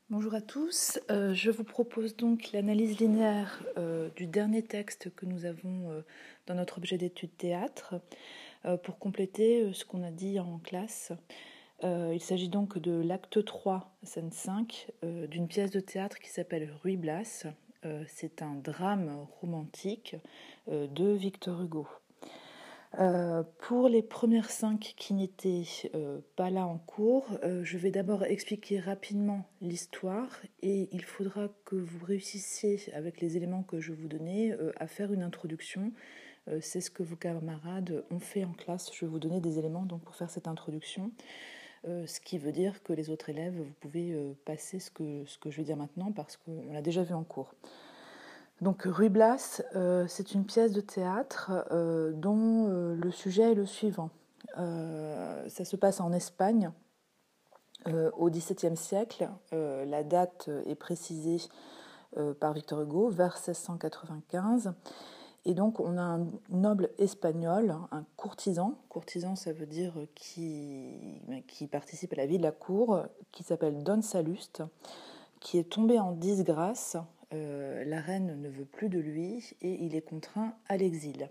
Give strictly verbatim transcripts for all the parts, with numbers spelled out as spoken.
Bonjour à tous, euh, je vous propose donc l'analyse linéaire euh, du dernier texte que nous avons euh, dans notre objet d'étude théâtre euh, pour compléter euh, ce qu'on a dit en classe. Euh, il s'agit donc de l'acte trois, scène cinq, euh, d'une pièce de théâtre qui s'appelle Ruy Blas. Euh, c'est un drame romantique euh, de Victor Hugo. Euh, pour les premières cinq qui n'étaient euh, pas là en cours, euh, je vais d'abord expliquer rapidement l'histoire et il faudra que vous réussissiez, avec les éléments que je vous donnais, euh, à faire une introduction. Euh, c'est ce que vos camarades ont fait en classe. Je vais vous donner des éléments donc, pour faire cette introduction, euh, ce qui veut dire que les autres élèves, vous pouvez euh, passer ce que, ce que je vais dire maintenant parce qu'on l'a déjà vu en cours. Donc Ruy Blas, euh, c'est une pièce de théâtre euh, dont euh, le sujet est le suivant. Euh, ça se passe en Espagne euh, au dix-septième siècle. Euh, la date est précisée euh, par Victor Hugo, vers seize cent quatre-vingt-quinze. Et donc on a un noble espagnol, un courtisan. Courtisan, ça veut dire qui, qui participe à la vie de la cour, qui s'appelle Don Salluste, qui est tombé en disgrâce. Euh, la reine ne veut plus de lui et il est contraint à l'exil.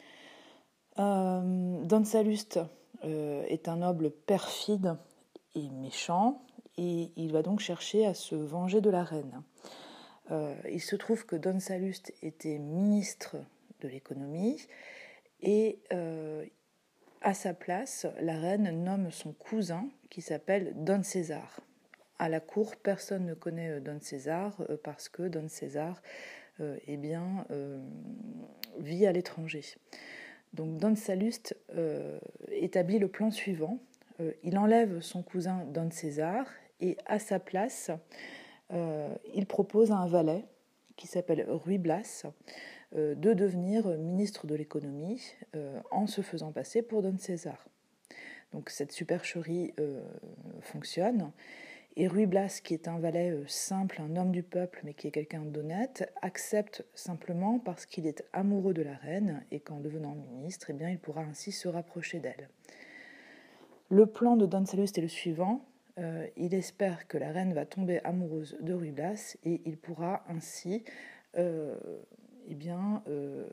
Euh, Don Salluste euh, est un noble perfide et méchant et il va donc chercher à se venger de la reine. Euh, il se trouve que Don Salluste était ministre de l'économie et euh, à sa place, la reine nomme son cousin qui s'appelle Don César. À la cour, personne ne connaît Don César euh, parce que Don César euh, eh bien, euh, vit à l'étranger. Donc Don Salluste euh, établit le plan suivant. Euh, il enlève son cousin Don César et à sa place, euh, il propose à un valet qui s'appelle Ruy Blas euh, de devenir ministre de l'économie euh, en se faisant passer pour Don César. Donc cette supercherie euh, fonctionne. Et Ruy Blas, qui est un valet euh, simple, un homme du peuple, mais qui est quelqu'un d'honnête, accepte simplement parce qu'il est amoureux de la reine et qu'en devenant ministre, eh bien, il pourra ainsi se rapprocher d'elle. Le plan de Don Salluste est le suivant. Euh, il espère que la reine va tomber amoureuse de Ruy Blas et il pourra ainsi euh, eh bien, euh,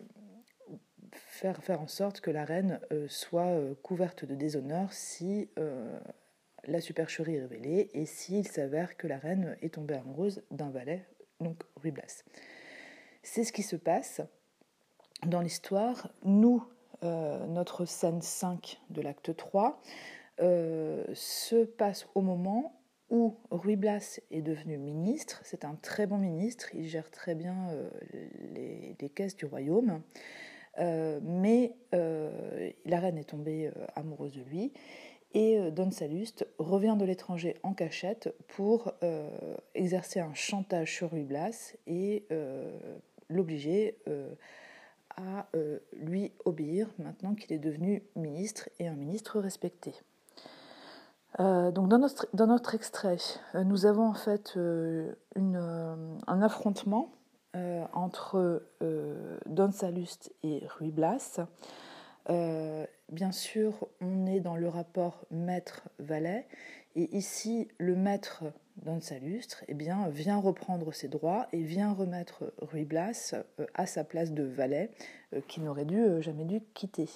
faire, faire en sorte que la reine euh, soit euh, couverte de déshonneur si euh, la supercherie est révélée et s'il s'avère que la reine est tombée amoureuse d'un valet, donc Ruy Blas. C'est ce qui se passe dans l'histoire. Nous, euh, notre scène cinq de l'acte trois euh, se passe au moment où Ruy Blas est devenu ministre. C'est un très bon ministre, il gère très bien euh, les, les caisses du royaume. Euh, mais euh, la reine est tombée euh, amoureuse de lui et euh, Don Salluste revient de l'étranger en cachette pour euh, exercer un chantage sur Ruy Blas et euh, l'obliger euh, à euh, lui obéir maintenant qu'il est devenu ministre et un ministre respecté. Euh, donc dans notre, dans notre extrait, euh, nous avons en fait euh, une, euh, un affrontement euh, entre euh, Don Salluste et Ruy Blas. Euh, bien sûr, on est dans le rapport maître-valet, et ici, le maître Don Salluste eh bien, vient reprendre ses droits et vient remettre Ruy Blas euh, à sa place de valet, euh, qui n'aurait dû, euh, jamais dû quitter.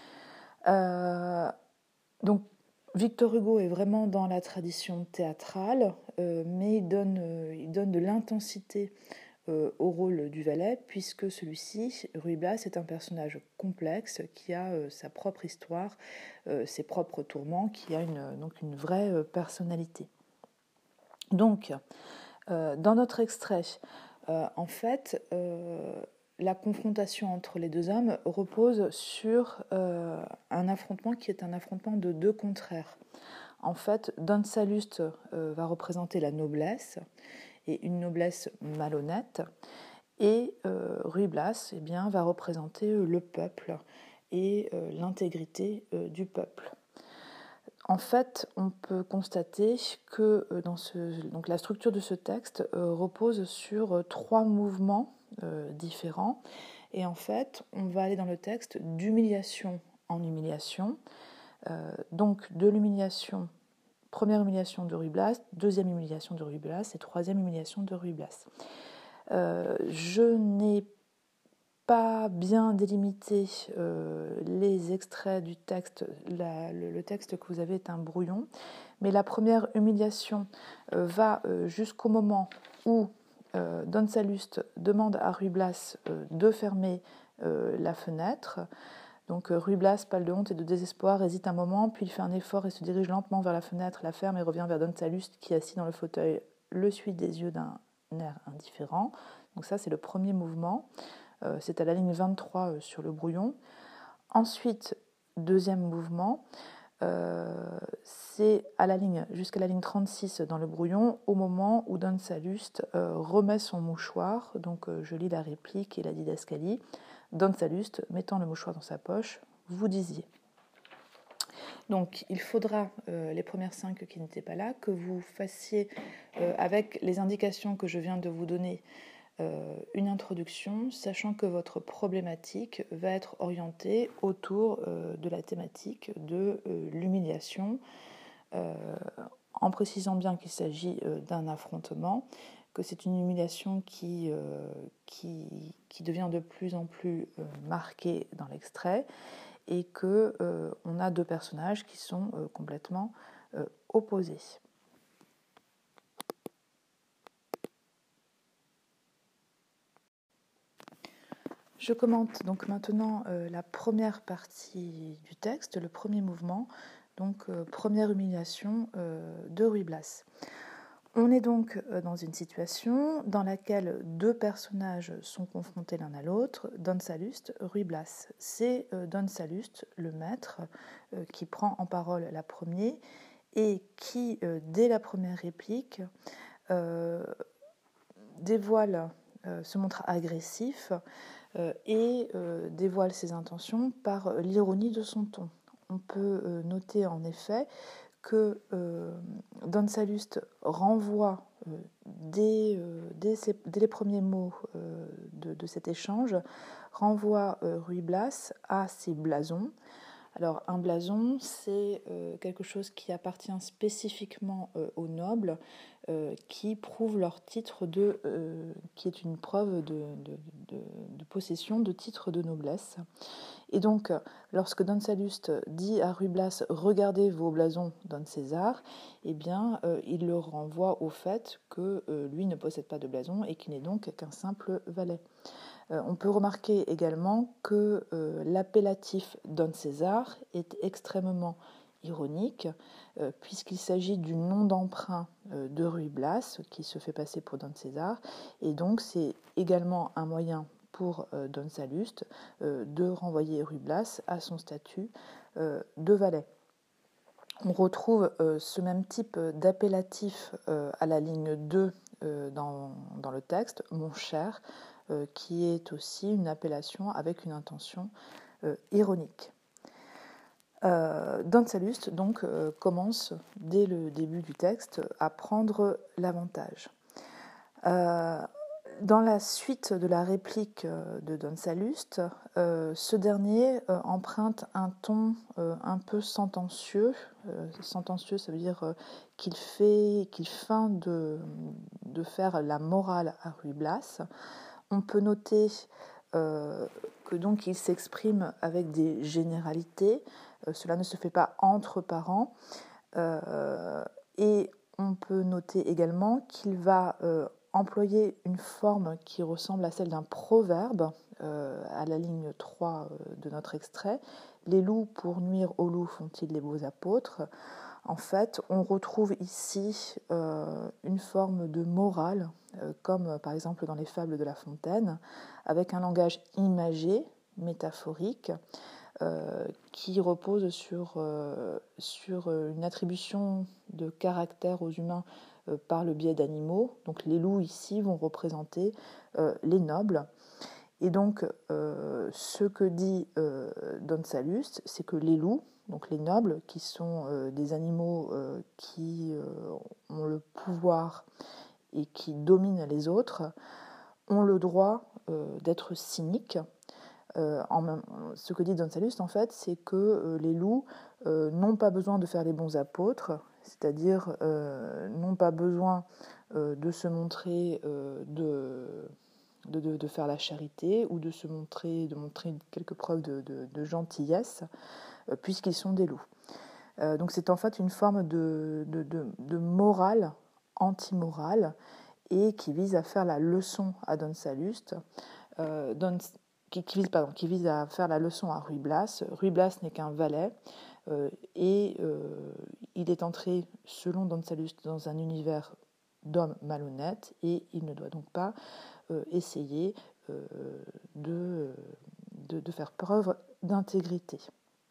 Euh, donc, Victor Hugo est vraiment dans la tradition théâtrale, euh, mais il donne, euh, il donne de l'intensité euh, au rôle du valet, puisque celui-ci, Ruy Blas, est un personnage complexe qui a euh, sa propre histoire, euh, ses propres tourments, qui a une, donc une vraie euh, personnalité. Donc, euh, dans notre extrait, euh, en fait, euh, la confrontation entre les deux hommes repose sur euh, un affrontement qui est un affrontement de deux contraires. En fait, Don Salluste euh, va représenter la noblesse, et une noblesse malhonnête, et euh, Ruy Blas eh bien, va représenter le peuple et euh, l'intégrité euh, du peuple. En fait, on peut constater que euh, dans ce, donc la structure de ce texte euh, repose sur euh, trois mouvements euh, différents. Et en fait, on va aller dans le texte d'humiliation en humiliation. Euh, donc de l'humiliation première humiliation de Ruy Blas, deuxième humiliation de Ruy Blas et troisième humiliation de Ruy Blas. Euh, je n'ai pas bien délimité euh, les extraits du texte. La, le, le texte que vous avez est un brouillon, mais la première humiliation euh, va euh, jusqu'au moment où euh, Don Salluste demande à Ruy Blas euh, de fermer euh, la fenêtre. Donc Ruy Blas, pâle de honte et de désespoir, hésite un moment, puis il fait un effort et se dirige lentement vers la fenêtre, la ferme et revient vers Don Salluste qui, assis dans le fauteuil, le suit des yeux d'un air indifférent. Donc ça, c'est le premier mouvement. Euh, c'est à la ligne vingt-trois euh, sur le brouillon. Ensuite, deuxième mouvement, euh, c'est à la ligne, jusqu'à la ligne trente-six dans le brouillon, au moment où Don Salluste euh, remet son mouchoir. Donc euh, je lis la réplique et la didascalie. Don Salluste, mettant le mouchoir dans sa poche, vous disiez. Donc il faudra, euh, les premières cinq qui n'étaient pas là, que vous fassiez, euh, avec les indications que je viens de vous donner, euh, une introduction, sachant que votre problématique va être orientée autour euh, de la thématique de euh, l'humiliation, euh, en précisant bien qu'il s'agit euh, d'un affrontement, que c'est une humiliation qui, euh, qui, qui devient de plus en plus euh, marquée dans l'extrait, et qu'on euh, a deux personnages qui sont euh, complètement euh, opposés. Je commente donc maintenant euh, la première partie du texte, le premier mouvement, donc euh, première humiliation euh, de Ruy Blas. On est donc dans une situation dans laquelle deux personnages sont confrontés l'un à l'autre, Don Salluste, Ruy Blas. C'est euh, Don Salluste, le maître, euh, qui prend en parole la première et qui, euh, dès la première réplique, euh, dévoile, euh, se montre agressif euh, et euh, dévoile ses intentions par l'ironie de son ton. On peut euh, noter en effet que euh, Don Salluste renvoie euh, dès, euh, dès, ses, dès les premiers mots euh, de, de cet échange, renvoie euh, Ruy Blas à ses blasons. Alors un blason, c'est euh, quelque chose qui appartient spécifiquement euh, aux nobles, euh, qui prouve leur titre de, euh, qui est une preuve de, de, de, de possession de titre de noblesse. Et donc, lorsque Don Salluste dit à Ruy Blas « Regardez vos blasons, Don César », eh bien, euh, il le renvoie au fait que euh, lui ne possède pas de blason et qu'il n'est donc qu'un simple valet. Euh, on peut remarquer également que euh, l'appellatif Don César est extrêmement ironique, euh, puisqu'il s'agit du nom d'emprunt euh, de Ruy Blas, qui se fait passer pour Don César, et donc c'est également un moyen pour euh, Don Salluste euh, de renvoyer Ruy Blas à son statut euh, de valet. On retrouve euh, ce même type d'appellatif euh, à la ligne deux euh, dans, dans le texte, mon cher, euh, qui est aussi une appellation avec une intention euh, ironique. Euh, Don Salluste donc euh, commence dès le début du texte à prendre l'avantage. Euh, Dans la suite de la réplique de Don Salluste, euh, ce dernier euh, emprunte un ton euh, un peu sentencieux. Euh, sentencieux, ça veut dire euh, qu'il fait, qu'il feint de, de faire la morale à Ruy Blas. On peut noter euh, que donc il s'exprime avec des généralités. Euh, cela ne se fait pas entre parents. Euh, et on peut noter également qu'il va euh, employer une forme qui ressemble à celle d'un proverbe euh, à la ligne trois euh, de notre extrait. Les loups pour nuire aux loups font-ils les beaux apôtres? En fait, on retrouve ici euh, une forme de morale, euh, comme euh, par exemple dans les fables de La Fontaine, avec un langage imagé, métaphorique, euh, qui repose sur, euh, sur une attribution de caractère aux humains euh, par le biais d'animaux. Donc les loups ici vont représenter euh, les nobles. Et donc euh, ce que dit euh, Don Salluste, c'est que les loups, donc les nobles, qui sont euh, des animaux euh, qui euh, ont le pouvoir et qui dominent les autres, ont le droit euh, d'être cyniques. Euh, en même, ce que dit Don Salluste, en fait, c'est que euh, les loups euh, n'ont pas besoin de faire les bons apôtres, c'est-à-dire euh, n'ont pas besoin euh, de se montrer, euh, de, de, de, de faire la charité ou de se montrer, de montrer quelques preuves de, de, de gentillesse, euh, puisqu'ils sont des loups. Euh, donc c'est en fait une forme de, de, de, de morale anti-morale et qui vise à faire la leçon à Don Salluste, euh, Don, qui, qui, vise, pardon, qui vise à faire la leçon à Ruy Blas. Ruy Blas n'est qu'un valet euh, et euh, il est entré, selon Don Salluste, dans un univers d'hommes malhonnêtes et il ne doit donc pas euh, essayer euh, de, de, de faire preuve d'intégrité.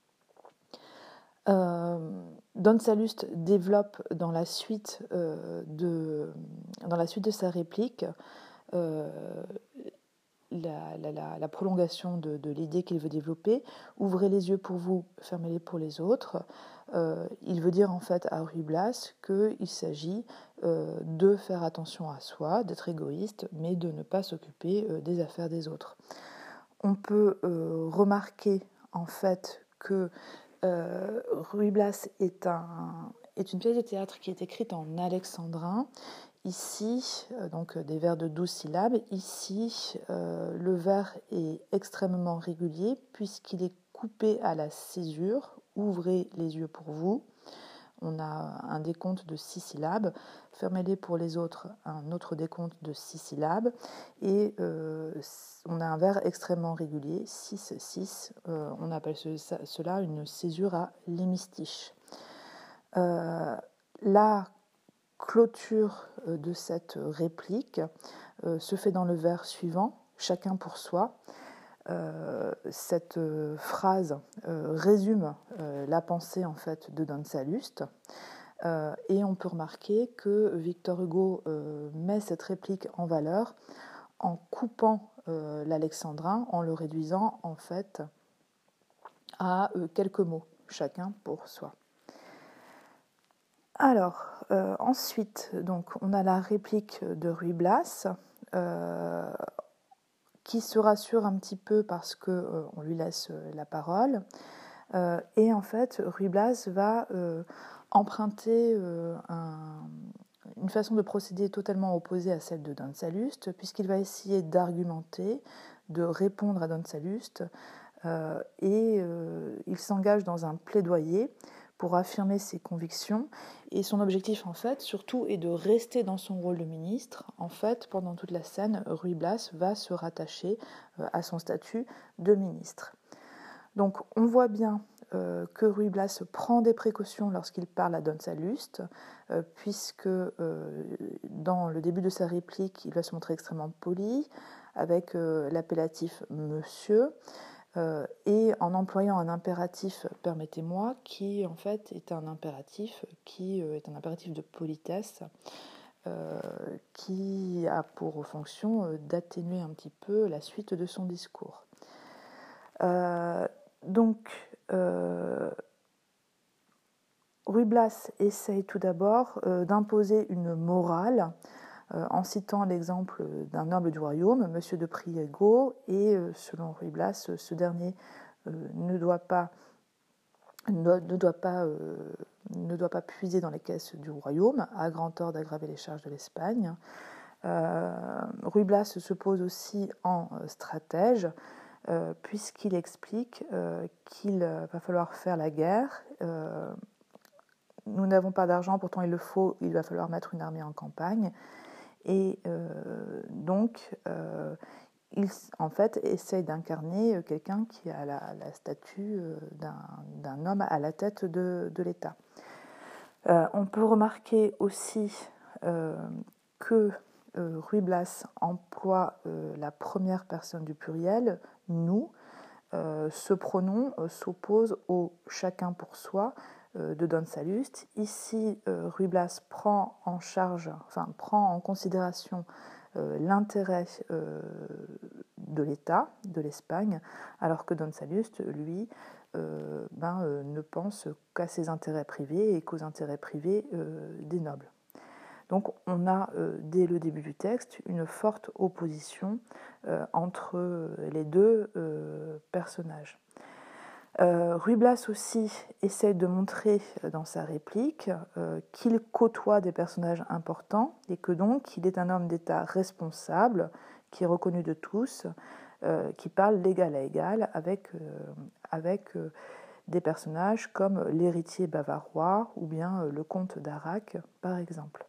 Euh, Don Salluste développe dans la suite, euh, de, dans la suite de sa réplique euh, la, la, la, la prolongation de, de l'idée qu'il veut développer. Ouvrez les yeux pour vous, fermez-les pour les autres. Euh, il veut dire en fait à Ruy Blas qu'il s'agit euh, de faire attention à soi, d'être égoïste, mais de ne pas s'occuper euh, des affaires des autres. On peut euh, remarquer en fait que Euh, Ruy Blas est, un, est une pièce de théâtre qui est écrite en alexandrin. Ici, euh, donc des vers de douze syllabes. Ici, euh, le vers est extrêmement régulier puisqu'il est coupé à la césure. Ouvrez les yeux pour vous. On a un décompte de six syllabes. Fermez-les pour les autres, un autre décompte de six syllabes. Et euh, on a un vers extrêmement régulier, six six. Euh, on appelle ce, cela une césure à l'hémistiche. Euh, la clôture de cette réplique euh, se fait dans le vers suivant, chacun pour soi. Euh, cette euh, phrase euh, résume euh, la pensée en fait de Don Salluste euh, et on peut remarquer que Victor Hugo euh, met cette réplique en valeur en coupant euh, l'alexandrin, en le réduisant en fait à euh, quelques mots, chacun pour soi. Alors euh, ensuite, donc on a la réplique de Ruy Blas. Euh, qui se rassure un petit peu parce qu'on euh, lui laisse euh, la parole. Euh, et en fait, Ruy Blas va euh, emprunter euh, un, une façon de procéder totalement opposée à celle de Don Salluste, puisqu'il va essayer d'argumenter, de répondre à Don Salluste, euh, et euh, il s'engage dans un plaidoyer pour affirmer ses convictions. Et son objectif, en fait, surtout, est de rester dans son rôle de ministre. En fait, pendant toute la scène, Ruy Blas va se rattacher euh, à son statut de ministre. Donc, on voit bien euh, que Ruy Blas prend des précautions lorsqu'il parle à Don Salluste, euh, puisque euh, dans le début de sa réplique, il va se montrer extrêmement poli, avec euh, l'appellatif « monsieur », Euh, et en employant un impératif « permettez-moi » qui en fait est un impératif qui euh, est un impératif de politesse euh, qui a pour fonction euh, d'atténuer un petit peu la suite de son discours. Euh, donc euh, Ruy Blas essaye tout d'abord euh, d'imposer une morale Euh, en citant l'exemple d'un noble du royaume, Monsieur de Priego, et euh, selon Ruy Blas, ce dernier euh, ne doit pas, ne, ne doit pas, euh, ne doit pas puiser dans les caisses du royaume, à grand tort d'aggraver les charges de l'Espagne. Euh, Ruy Blas se pose aussi en stratège, euh, puisqu'il explique euh, qu'il va falloir faire la guerre. Euh, nous n'avons pas d'argent, pourtant il le faut, il va falloir mettre une armée en campagne. Et euh, donc, euh, il en fait essaye d'incarner quelqu'un qui a la, la statue d'un, d'un homme à la tête de, de l'État. Euh, on peut remarquer aussi euh, que euh, Ruy Blas emploie euh, la première personne du pluriel, nous. Euh, ce pronom euh, s'oppose au chacun pour soi euh, de Don Salluste. Ici, euh, Ruy Blas prend en charge, enfin prend en considération euh, l'intérêt euh, de l'État, de l'Espagne, alors que Don Salluste, lui, euh, ben, euh, ne pense qu'à ses intérêts privés et qu'aux intérêts privés euh, des nobles. Donc on a, euh, dès le début du texte, une forte opposition euh, entre les deux euh, personnages. Euh, Ruy Blas aussi essaye de montrer dans sa réplique euh, qu'il côtoie des personnages importants et que donc il est un homme d'État responsable, qui est reconnu de tous, euh, qui parle d'égal à égal avec, euh, avec euh, des personnages comme l'héritier bavarois ou bien euh, le comte d'Arac, par exemple.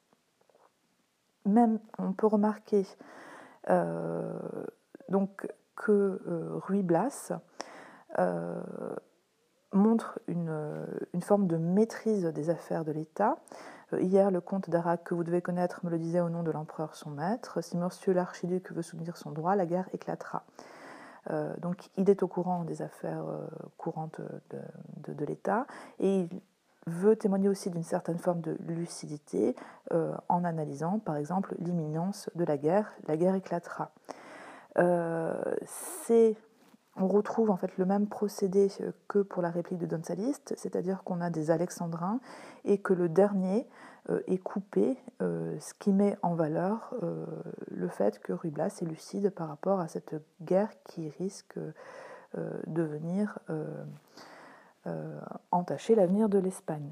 Même, on peut remarquer euh, donc, que euh, Ruy Blas euh, montre une, une, forme de maîtrise des affaires de l'État. Euh, hier, le comte d'Arac, que vous devez connaître, me le disait au nom de l'empereur son maître. Si monsieur l'archiduc veut soutenir son droit, la guerre éclatera. Euh, donc il est au courant des affaires euh, courantes de, de, de l'État et il veut témoigner aussi d'une certaine forme de lucidité euh, en analysant par exemple l'imminence de la guerre. La guerre éclatera. Euh, c'est On retrouve en fait le même procédé que pour la réplique de Don Saliste, c'est-à-dire qu'on a des alexandrins et que le dernier euh, est coupé, euh, ce qui met en valeur euh, le fait que Ruy Blas est lucide par rapport à cette guerre qui risque euh, de venir euh, euh, entacher l'avenir de l'Espagne.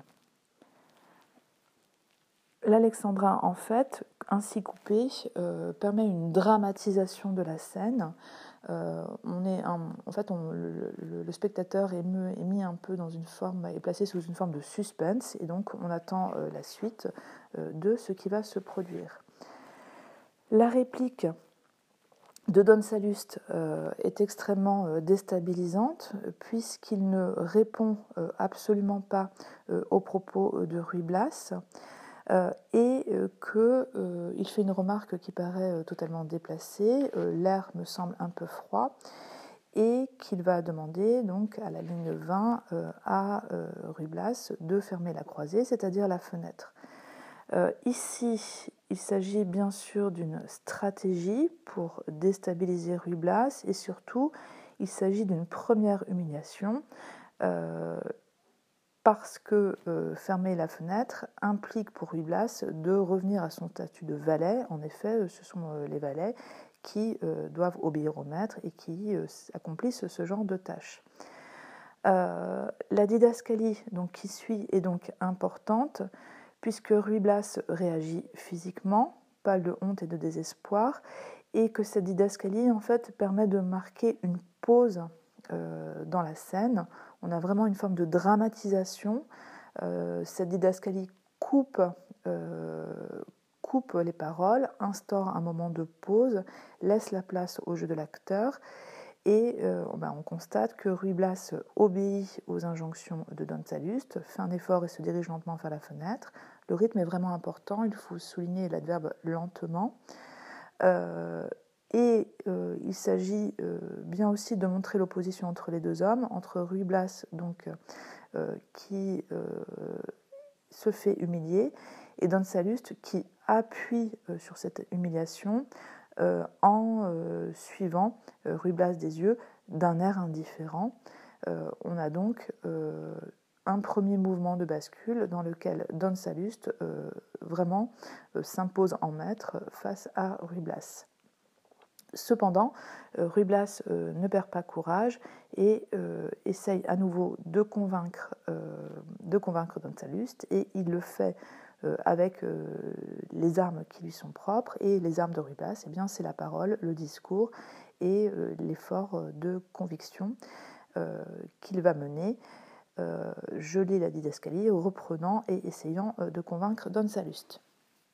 L'alexandrin, en fait, ainsi coupé, euh, permet une dramatisation de la scène. Euh, on est un, en fait, on, le, le, le spectateur est, me, est mis un peu dans une forme, est placé sous une forme de suspense, et donc on attend euh, la suite euh, de ce qui va se produire. La réplique de Don Salluste euh, est extrêmement euh, déstabilisante, puisqu'il ne répond euh, absolument pas euh, aux propos de Ruy Blas. Euh, et euh, qu'il euh, fait une remarque qui paraît euh, totalement déplacée, euh, l'air me semble un peu froid, et qu'il va demander donc à la ligne vingt euh, à euh, Ruy Blas de fermer la croisée, c'est-à-dire la fenêtre. Euh, ici, il s'agit bien sûr d'une stratégie pour déstabiliser Ruy Blas, et surtout, il s'agit d'une première humiliation. Euh, parce que euh, fermer la fenêtre implique pour Ruy Blas de revenir à son statut de valet. En effet, ce sont euh, les valets qui euh, doivent obéir au maître et qui euh, accomplissent ce genre de tâches. Euh, la didascalie donc, qui suit est donc importante, puisque Ruy Blas réagit physiquement, parle de honte et de désespoir, et que cette didascalie en fait, permet de marquer une pause euh, dans la scène. On a vraiment une forme de dramatisation. Euh, cette didascalie coupe, euh, coupe les paroles, instaure un moment de pause, laisse la place au jeu de l'acteur, et euh, ben, on constate que Ruy Blas obéit aux injonctions de Don Salluste, fait un effort et se dirige lentement vers la fenêtre. Le rythme est vraiment important, il faut souligner l'adverbe lentement. Euh, Et euh, il s'agit euh, bien aussi de montrer l'opposition entre les deux hommes, entre Ruy Blas, donc, euh, qui euh, se fait humilier, et Don Salluste qui appuie euh, sur cette humiliation euh, en euh, suivant euh, Ruy Blas des yeux d'un air indifférent. Euh, on a donc euh, un premier mouvement de bascule dans lequel Don Salluste euh, vraiment euh, s'impose en maître face à Ruy Blas. Cependant, euh, Ruy Blas euh, ne perd pas courage et euh, essaye à nouveau de convaincre, euh, de convaincre Don Salluste, et il le fait euh, avec euh, les armes qui lui sont propres, et les armes de Ruy Blas, eh bien, c'est la parole, le discours et euh, l'effort de conviction euh, qu'il va mener. Euh, je lis la didascalie, reprenant et essayant euh, de convaincre Don Salluste.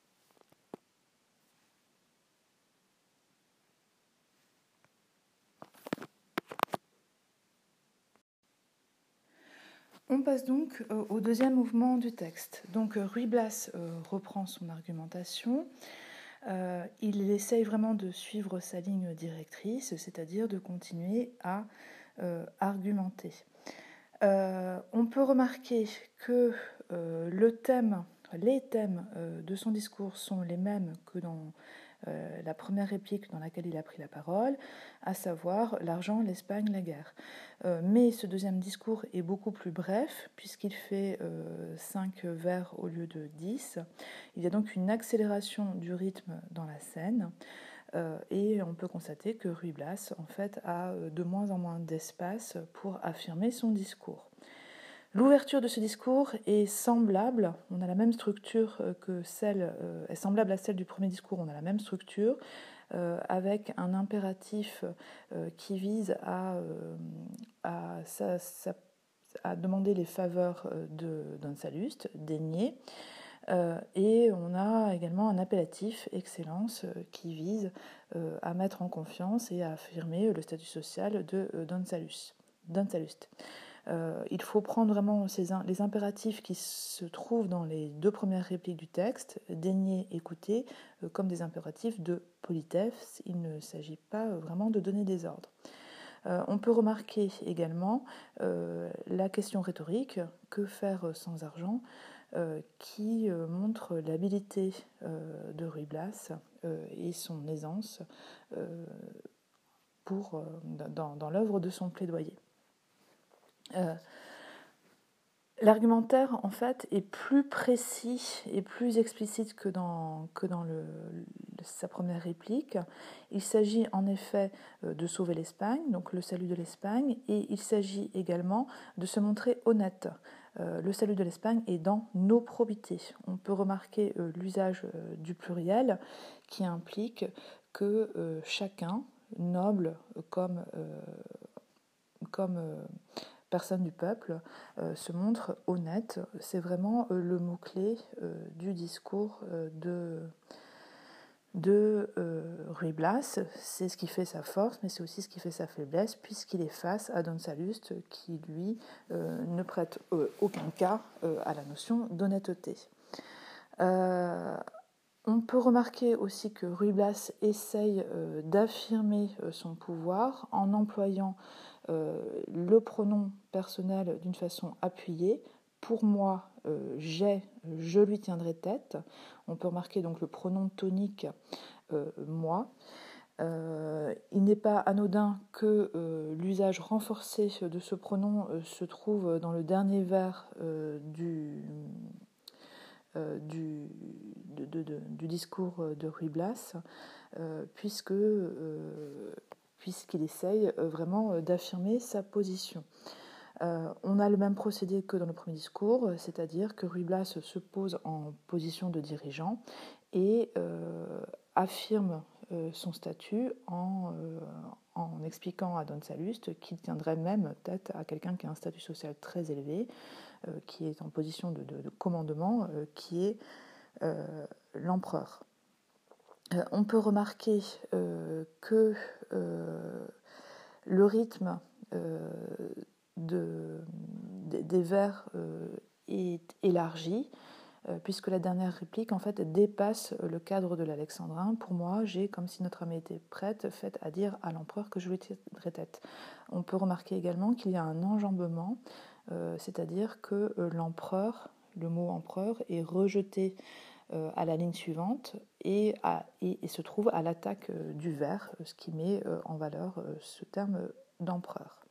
On passe donc au deuxième mouvement du texte. Donc Ruy Blas euh, reprend son argumentation. Euh, il essaye vraiment de suivre sa ligne directrice, c'est-à-dire de continuer à euh, argumenter. Euh, on peut remarquer que euh, le thème, les thèmes euh, de son discours sont les mêmes que dans euh, la première réplique dans laquelle il a pris la parole, à savoir l'argent, l'Espagne, la guerre. Euh, mais ce deuxième discours est beaucoup plus bref, puisqu'il fait euh, cinq vers au lieu de dix. Il y a donc une accélération du rythme dans la scène. Euh, et on peut constater que Ruy Blas, en fait, a de moins en moins d'espace pour affirmer son discours. L'ouverture de ce discours est semblable, on a la même structure que celle, euh, est semblable à celle du premier discours, on a la même structure, euh, avec un impératif euh, qui vise à, euh, à, à, à demander les faveurs de, d'un Sallust, daigner. Euh, et on a également un appellatif, excellence, euh, qui vise euh, à mettre en confiance et à affirmer le statut social de euh, Don Sallust. Don Sallust. Euh, il faut prendre vraiment ces, les impératifs qui se trouvent dans les deux premières répliques du texte, daigner, écouter, euh, comme des impératifs de politesse. Il ne s'agit pas euh, vraiment de donner des ordres. Euh, on peut remarquer également euh, la question rhétorique, que faire sans argent, euh, qui euh, montre l'habileté euh, de Ruy Blas euh, et son aisance euh, pour, euh, dans, dans l'œuvre de son plaidoyer. Euh, L'argumentaire, en fait, est plus précis et plus explicite que dans, que dans le, sa première réplique. Il s'agit en effet de sauver l'Espagne, donc le salut de l'Espagne, et il s'agit également de se montrer honnête. Euh, le salut de l'Espagne est dans nos probités. On peut remarquer euh, l'usage euh, du pluriel qui implique que euh, chacun, noble comme, euh, comme euh, personne du peuple, euh, se montre honnête. C'est vraiment euh, le mot-clé euh, du discours euh, de, de euh, Ruy Blas. C'est ce qui fait sa force, mais c'est aussi ce qui fait sa faiblesse, puisqu'il est face à Don Sallust, qui, lui, euh, ne prête euh, aucun cas euh, à la notion d'honnêteté. Euh, on peut remarquer aussi que Ruy Blas essaye euh, d'affirmer euh, son pouvoir en employant Euh, le pronom personnel d'une façon appuyée. Pour moi, euh, j'ai, je lui tiendrai tête. On peut remarquer donc le pronom tonique euh, moi. Euh, il n'est pas anodin que euh, l'usage renforcé de ce pronom euh, se trouve dans le dernier vers euh, du, euh, du, de, de, de, du discours de Ruy Blas, euh, puisque euh, puisqu'il essaye vraiment d'affirmer sa position. Euh, on a le même procédé que dans le premier discours, c'est-à-dire que Ruy Blas se pose en position de dirigeant et euh, affirme euh, son statut en, euh, en expliquant à Don Sallust qu'il tiendrait même tête à quelqu'un qui a un statut social très élevé, euh, qui est en position de, de, de commandement, euh, qui est euh, l'empereur. Euh, on peut remarquer euh, que euh, le rythme euh, de, de, des vers euh, est élargi, euh, puisque la dernière réplique en fait dépasse le cadre de l'alexandrin. Pour moi, j'ai, comme si notre amie était prête, fait à dire à l'empereur que je lui tiendrai tête. On peut remarquer également qu'il y a un enjambement, euh, c'est-à-dire que euh, l'empereur, le mot empereur, est rejeté euh, à la ligne suivante et, à, et, et se trouve à l'attaque euh, du vers, ce qui met euh, en valeur euh, ce terme d'empereur.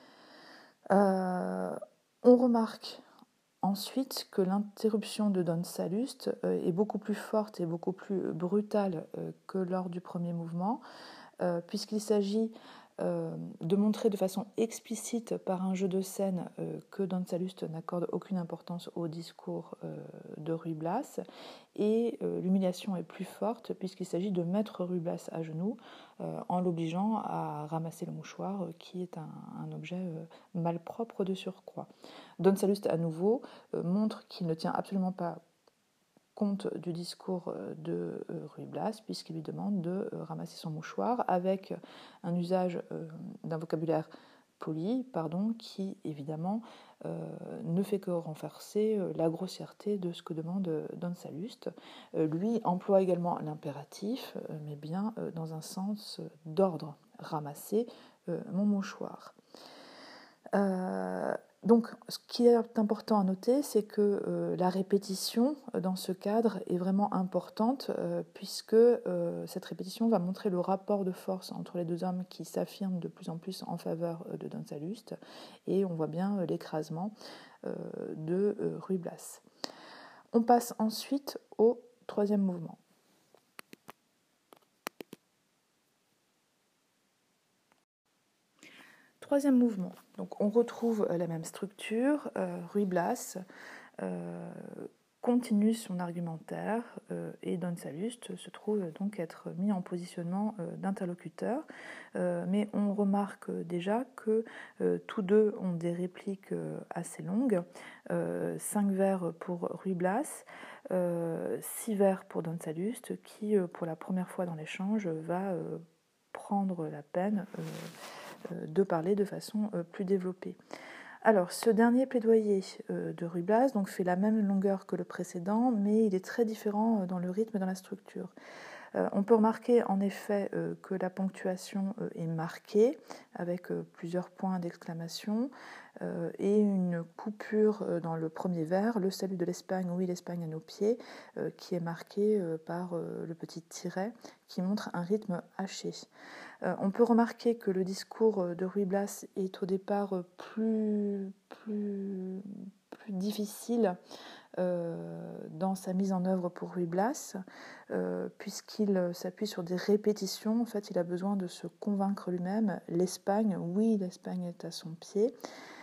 Euh, on remarque ensuite que l'interruption de Don Sallust euh, est beaucoup plus forte et beaucoup plus brutale euh, que lors du premier mouvement, euh, puisqu'il s'agit euh, de montrer de façon explicite par un jeu de scène euh, que Don Sallust n'accorde aucune importance au discours euh, de Ruy Blas, et euh, l'humiliation est plus forte puisqu'il s'agit de mettre Ruy Blas à genoux euh, en l'obligeant à ramasser le mouchoir, euh, qui est un, un objet euh, malpropre de surcroît. Don Sallust, à nouveau, euh, montre qu'il ne tient absolument pas compte du discours de euh, Ruy Blas, puisqu'il lui demande de euh, ramasser son mouchoir avec un usage euh, d'un vocabulaire poli, pardon, qui évidemment euh, ne fait que renforcer euh, la grossièreté de ce que demande euh, Don Sallust. Euh, lui emploie également l'impératif, euh, mais bien euh, dans un sens d'ordre, ramasser euh, mon mouchoir. Euh, Donc, ce qui est important à noter, c'est que euh, la répétition dans ce cadre est vraiment importante, euh, puisque euh, cette répétition va montrer le rapport de force entre les deux hommes qui s'affirment de plus en plus en faveur euh, de Don Sallust, et on voit bien euh, l'écrasement euh, de euh, Ruy Blas. On passe ensuite au troisième mouvement. troisième mouvement, donc on retrouve la même structure. Euh, Ruy Blas euh, continue son argumentaire euh, et Don Salluste se trouve donc être mis en positionnement euh, d'interlocuteur. Euh, mais on remarque déjà que euh, tous deux ont des répliques euh, assez longues, euh, cinq vers pour Ruy Blas, euh, six vers pour Don Salluste, qui euh, pour la première fois dans l'échange va euh, prendre la peine euh, euh, de parler de façon euh, plus développée. Alors, ce dernier plaidoyer euh, de Ruy Blas donc, fait la même longueur que le précédent, mais il est très différent dans le rythme et dans la structure. Euh, on peut remarquer en effet euh, que la ponctuation euh, est marquée, avec euh, plusieurs points d'exclamation euh, et une coupure euh, dans le premier vers, le salut de l'Espagne, oui l'Espagne à nos pieds, euh, qui est marqué euh, par euh, le petit tiret qui montre un rythme haché. Euh, on peut remarquer que le discours de Ruy Blas est au départ plus, plus, plus difficile euh, dans sa mise en œuvre pour Ruy Blas, euh, puisqu'il s'appuie sur des répétitions. En fait, il a besoin de se convaincre lui-même. L'Espagne, oui, l'Espagne est à son pied.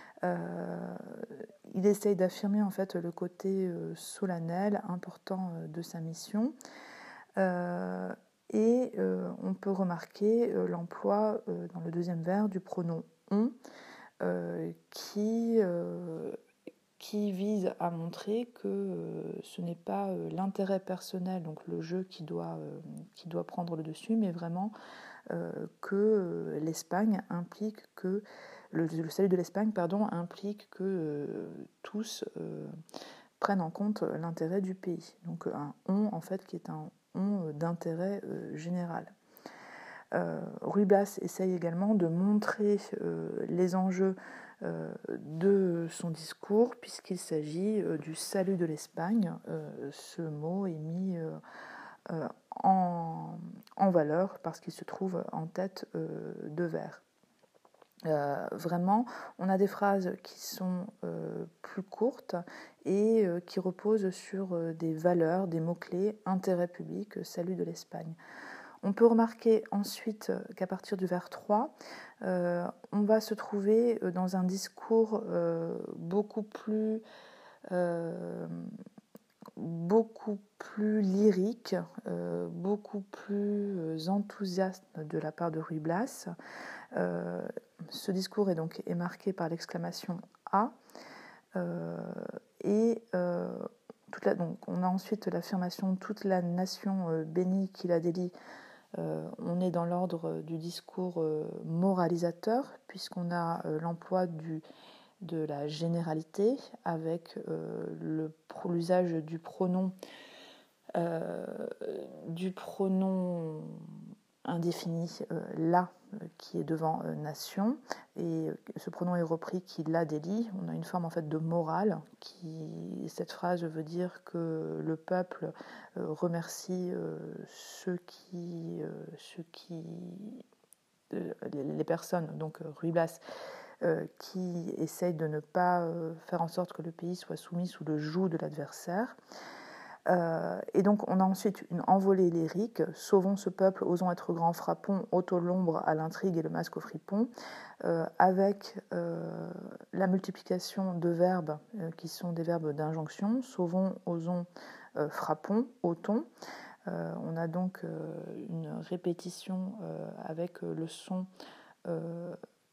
Euh, il essaye d'affirmer en fait le côté euh, solennel, important euh, de sa mission. Euh, Et euh, on peut remarquer euh, l'emploi euh, dans le deuxième vers du pronom on, euh, qui, euh, qui vise à montrer que euh, ce n'est pas euh, l'intérêt personnel, donc le jeu qui doit, euh, qui doit prendre le dessus, mais vraiment euh, que euh, l'Espagne implique que le, le salut de l'Espagne, pardon, implique que euh, tous euh, prennent en compte l'intérêt du pays. Donc un on en fait qui est un d'intérêt euh, général. Euh, Ruy Blas essaye également de montrer euh, les enjeux euh, de son discours puisqu'il s'agit euh, du salut de l'Espagne. Euh, ce mot est mis euh, euh, en, en valeur parce qu'il se trouve en tête euh, de vers. Euh, vraiment, on a des phrases qui sont euh, plus courtes et euh, qui reposent sur euh, des valeurs, des mots-clés, intérêt public, salut de l'Espagne. On peut remarquer ensuite qu'à partir du vers trois, euh, on va se trouver dans un discours euh, beaucoup plus... Euh, beaucoup plus lyrique, euh, beaucoup plus enthousiaste de la part de Ruy Blas. Euh, ce discours est donc est marqué par l'exclamation A euh, et euh, toute la, donc on a ensuite l'affirmation toute la nation euh, bénie qui la délie. Euh, on est dans l'ordre du discours euh, moralisateur puisqu'on a euh, l'emploi du de la généralité avec euh, le, l'usage du pronom euh, du pronom indéfini euh, la qui est devant euh, nation et ce pronom est repris qui la délie. On a une forme en fait de morale qui cette phrase veut dire que le peuple euh, remercie euh, ceux qui euh, ceux qui euh, les personnes donc Ruy Blas Euh, qui essaye de ne pas euh, faire en sorte que le pays soit soumis sous le joug de l'adversaire. Euh, et donc on a ensuite une envolée lyrique, sauvons ce peuple, osons être grands, frappons, ôtons l'ombre à l'intrigue et le masque au fripon, euh, avec euh, la multiplication de verbes euh, qui sont des verbes d'injonction, sauvons, osons, euh, frappons, ôtons. Euh, on a donc euh, une répétition euh, avec le son euh,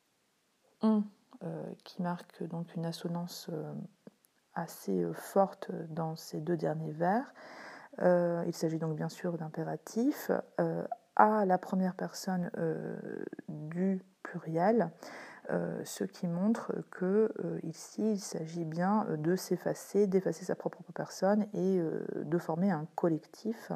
on euh, qui marque donc une assonance euh, assez euh, forte dans ces deux derniers vers. Euh, il s'agit donc bien sûr d'impératifs euh, à la première personne euh, du pluriel, euh, ce qui montre que euh, ici il s'agit bien de s'effacer, d'effacer sa propre personne et euh, de former un collectif.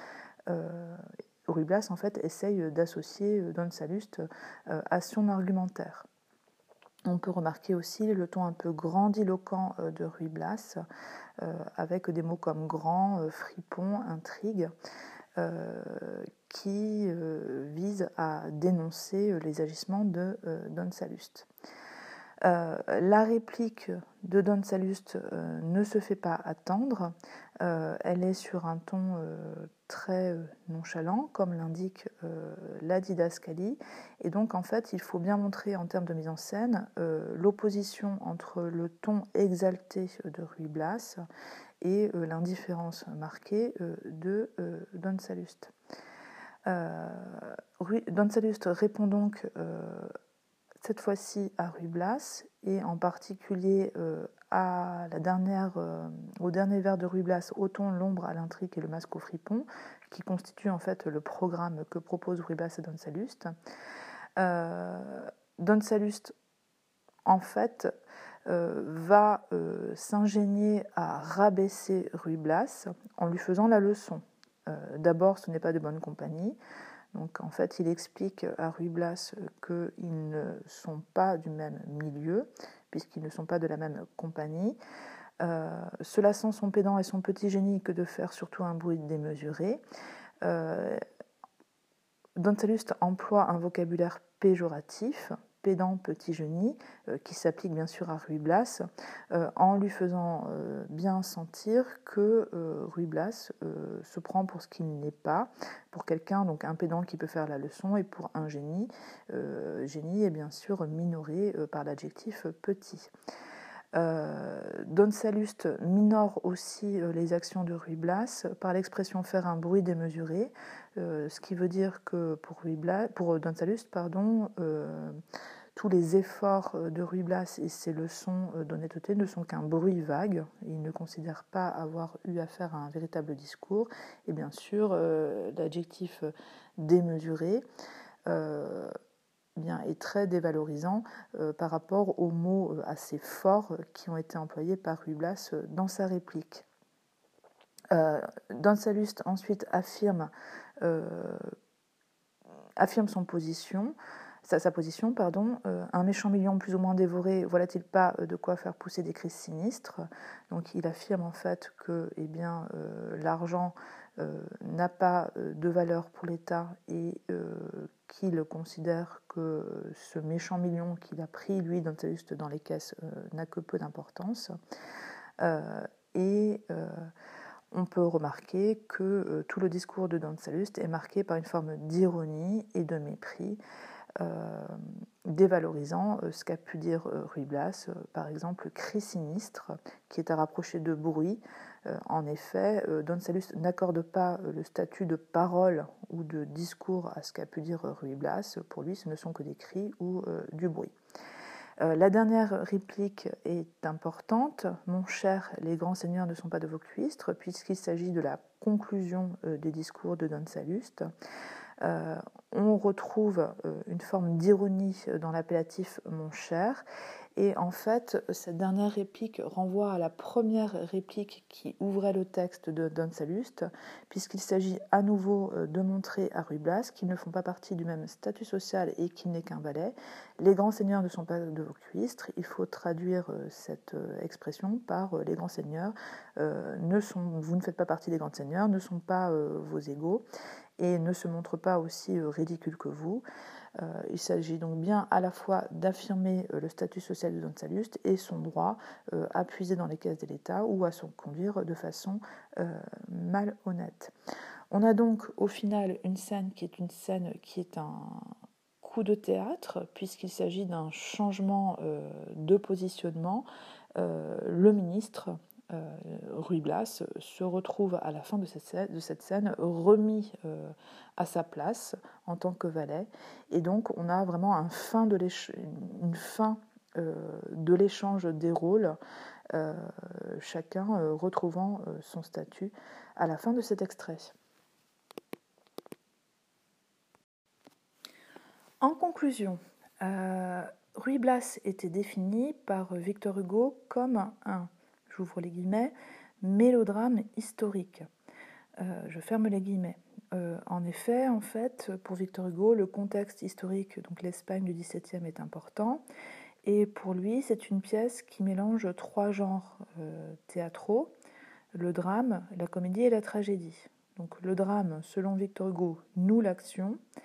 Euh, Ruy Blas en fait essaye d'associer Don Salluste euh, à son argumentaire. On peut remarquer aussi le ton un peu grandiloquent de Ruy Blas, euh, avec des mots comme grand, euh, fripon, intrigue, euh, qui euh, visent à dénoncer les agissements de euh, Don Salluste. Euh, la réplique de Don Salluste euh, ne se fait pas attendre. Euh, elle est sur un ton euh, très euh, nonchalant, comme l'indique euh, la didascalie. Et donc, en fait, il faut bien montrer en termes de mise en scène euh, l'opposition entre le ton exalté de Ruy Blas et euh, l'indifférence marquée euh, de euh, Don Salluste. Euh, Don Salluste répond donc euh, cette fois-ci à Ruy Blas, et en particulier euh, à la dernière, euh, au dernier vers de Ruy Blas, Othon, l'ombre à l'intrigue et le masque au fripon, qui constitue en fait le programme que propose Ruy Blas et Don Salluste. Euh, Don Salluste, en fait, euh, va euh, s'ingénier à rabaisser Ruy Blas en lui faisant la leçon. Euh, D'abord, ce n'est pas de bonne compagnie. Donc en fait, il explique à Ruy Blas qu'ils ne sont pas du même milieu, puisqu'ils ne sont pas de la même compagnie. Euh, cela sent son pédant et son petit génie que de faire surtout un bruit démesuré. Euh, Don Salluste emploie un vocabulaire péjoratif, pédant, petit génie, euh, qui s'applique bien sûr à Ruy Blas, euh, en lui faisant euh, bien sentir que euh, Ruy Blas euh, se prend pour ce qu'il n'est pas, pour quelqu'un, donc un pédant qui peut faire la leçon, et pour un génie, euh, génie est bien sûr minoré euh, par l'adjectif petit. Euh, Don Salluste minore aussi euh, les actions de Ruy Blas par l'expression faire un bruit démesuré, euh, ce qui veut dire que pour, Ruy Blas, pour Don Salluste, pardon, euh, tous les efforts de Ruy Blas et ses leçons d'honnêteté ne sont qu'un bruit vague. Il ne considère pas avoir eu affaire à un véritable discours. Et bien sûr, euh, l'adjectif démesuré euh, bien, est très dévalorisant euh, par rapport aux mots euh, assez forts qui ont été employés par Ruy Blas euh, dans sa réplique. Euh, Don Salluste ensuite affirme, euh, affirme son position, sa, sa position, pardon, euh, un méchant million plus ou moins dévoré, voilà-t-il pas euh, de quoi faire pousser des crises sinistres. Donc il affirme en fait que eh bien, euh, l'argent euh, n'a pas euh, de valeur pour l'État et euh, qu'il considère que ce méchant million qu'il a pris, lui, Don Salluste, dans les caisses, euh, n'a que peu d'importance. Euh, et euh, on peut remarquer que euh, tout le discours de Don Salluste est marqué par une forme d'ironie et de mépris, euh, dévalorisant euh, ce qu'a pu dire euh, Ruy Blas, euh, par exemple, cri sinistre, qui est à rapprocher de bruit. Euh, en effet, euh, Don Salluste n'accorde pas euh, le statut de parole ou de discours à ce qu'a pu dire euh, Ruy Blas. Pour lui, ce ne sont que des cris ou euh, du bruit. Euh, la dernière réplique est importante. Mon cher, les grands seigneurs ne sont pas de vos cuistres, puisqu'il s'agit de la conclusion euh, des discours de Don Salluste. Euh, on retrouve euh, une forme d'ironie dans l'appellatif mon cher, et en fait cette dernière réplique renvoie à la première réplique qui ouvrait le texte de Don Salluste, puisqu'il s'agit à nouveau euh, de montrer à Ruy Blas qu'ils ne font pas partie du même statut social et qu'il n'est qu'un valet. Les grands seigneurs ne sont pas de vos cuistres. Il faut traduire euh, cette euh, expression par euh, les grands seigneurs euh, ne sont, vous ne faites pas partie des grands seigneurs, ne sont pas euh, vos égaux et ne se montre pas aussi euh, ridicule que vous. Euh, il s'agit donc bien à la fois d'affirmer euh, le statut social de Don Salluste et son droit euh, à puiser dans les caisses de l'État ou à s'en conduire de façon euh, malhonnête. On a donc au final une scène qui est une scène qui est un coup de théâtre, puisqu'il s'agit d'un changement euh, de positionnement. Euh, le ministre Euh, Ruy Blas se retrouve à la fin de cette scène, de cette scène remis euh, à sa place en tant que valet, et donc on a vraiment un fin de une fin euh, de l'échange des rôles, euh, chacun euh, retrouvant euh, son statut à la fin de cet extrait. En conclusion, euh, Ruy Blas était défini par Victor Hugo comme un, j'ouvre les guillemets, mélodrame historique. Euh, je ferme les guillemets. Euh, en effet, en fait, pour Victor Hugo, le contexte historique, donc l'Espagne du dix-septième, est important. Et pour lui, c'est une pièce qui mélange trois genres euh, théâtraux, le drame, la comédie et la tragédie. Donc le drame, selon Victor Hugo, noue l'action.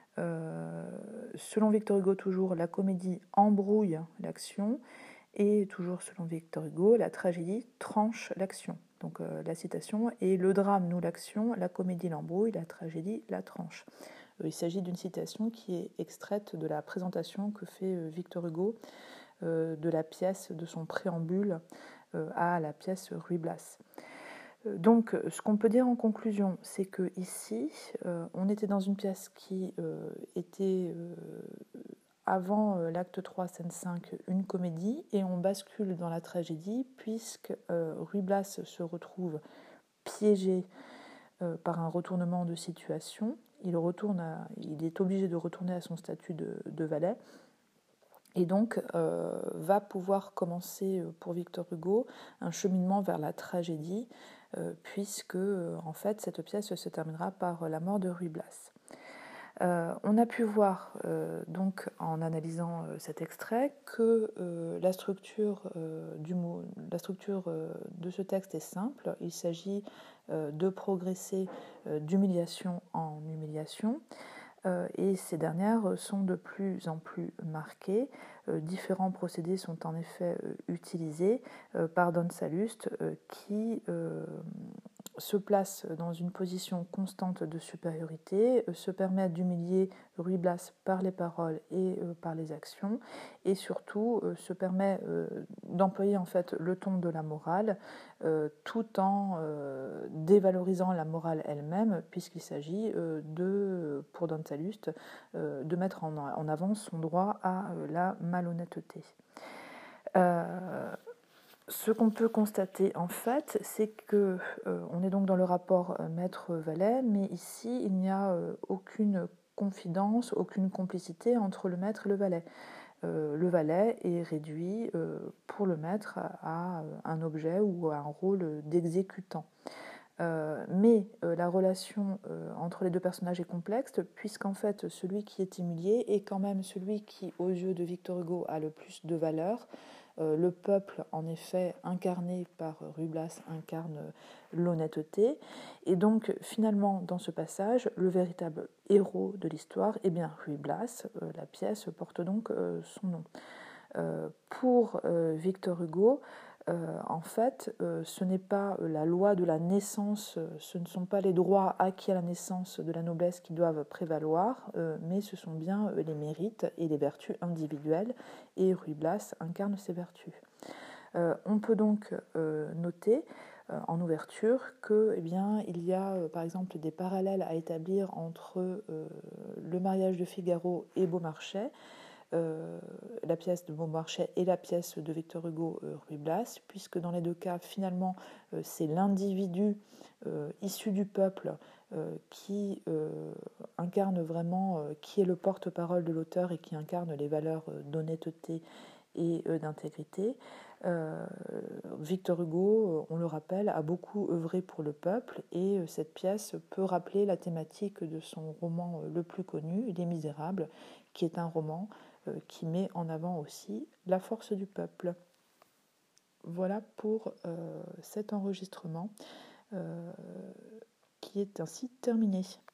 Euh, selon Victor Hugo, toujours, la comédie embrouille l'action, et toujours selon Victor Hugo, la tragédie tranche l'action. Donc euh, la citation est: le drame noue l'action, la comédie l'embrouille, la tragédie la tranche. Euh, il s'agit d'une citation qui est extraite de la présentation que fait euh, Victor Hugo euh, de la pièce, de son préambule euh, à la pièce Ruy Blas. Donc, ce qu'on peut dire en conclusion, c'est que ici, euh, on était dans une pièce qui euh, était, euh, avant euh, l'acte trois, scène cinq, une comédie, et on bascule dans la tragédie, puisque euh, Ruy Blas se retrouve piégé euh, par un retournement de situation. Il, retourne à, il est obligé de retourner à son statut de, de valet, et donc euh, va pouvoir commencer pour Victor Hugo un cheminement vers la tragédie, euh, puisque euh, en fait cette pièce se terminera par la mort de Ruy Blas. Euh, on a pu voir euh, donc en analysant euh, cet extrait que euh, la structure, euh, du mot, la structure euh, de ce texte est simple. Il s'agit euh, de progresser euh, d'humiliation en humiliation. Euh, et ces dernières sont de plus en plus marquées. Euh, différents procédés sont en effet euh, utilisés euh, par Don Salluste, euh, qui euh, se place dans une position constante de supériorité, euh, se permet d'humilier Ruy Blas par les paroles et euh, par les actions, et surtout euh, se permet euh, d'employer en fait le ton de la morale, euh, tout en euh, dévalorisant la morale elle-même, puisqu'il s'agit euh, de, pour Don Salluste, euh, de mettre en, en avant son droit à euh, la malhonnêteté. Euh, Ce qu'on peut constater en fait, c'est que euh, on est donc dans le rapport euh, maître-valet, mais ici il n'y a euh, aucune confidence, aucune complicité entre le maître et le valet. Euh, le valet est réduit euh, pour le maître à, à un objet ou à un rôle d'exécutant. Euh, mais euh, la relation euh, entre les deux personnages est complexe, puisqu'en fait celui qui est humilié est quand même celui qui, aux yeux de Victor Hugo, a le plus de valeur. Euh, le peuple, en effet, incarné par Ruy Blas, incarne l'honnêteté. Et donc, finalement, dans ce passage, le véritable héros de l'histoire est bien Ruy Blas. Euh, la pièce porte donc euh, son nom. Euh, pour euh, Victor Hugo, euh, en fait, euh, ce n'est pas la loi de la naissance, ce ne sont pas les droits acquis à la naissance de la noblesse qui doivent prévaloir, euh, mais ce sont bien les mérites et les vertus individuelles, et Ruy Blas incarne ces vertus. Euh, on peut donc euh, noter euh, en ouverture que, eh bien, il y a euh, par exemple des parallèles à établir entre euh, le mariage de Figaro et Beaumarchais, Euh, la pièce de Beaumarchais et la pièce de Victor Hugo, euh, Ruy Blas, puisque dans les deux cas, finalement, euh, c'est l'individu euh, issu du peuple euh, qui euh, incarne vraiment, euh, qui est le porte-parole de l'auteur et qui incarne les valeurs euh, d'honnêteté et euh, d'intégrité. Euh, Victor Hugo, on le rappelle, a beaucoup œuvré pour le peuple, et euh, cette pièce peut rappeler la thématique de son roman euh, le plus connu, Les Misérables, qui est un roman euh, qui met en avant aussi la force du peuple. Voilà pour euh, cet enregistrement euh, qui est ainsi terminé.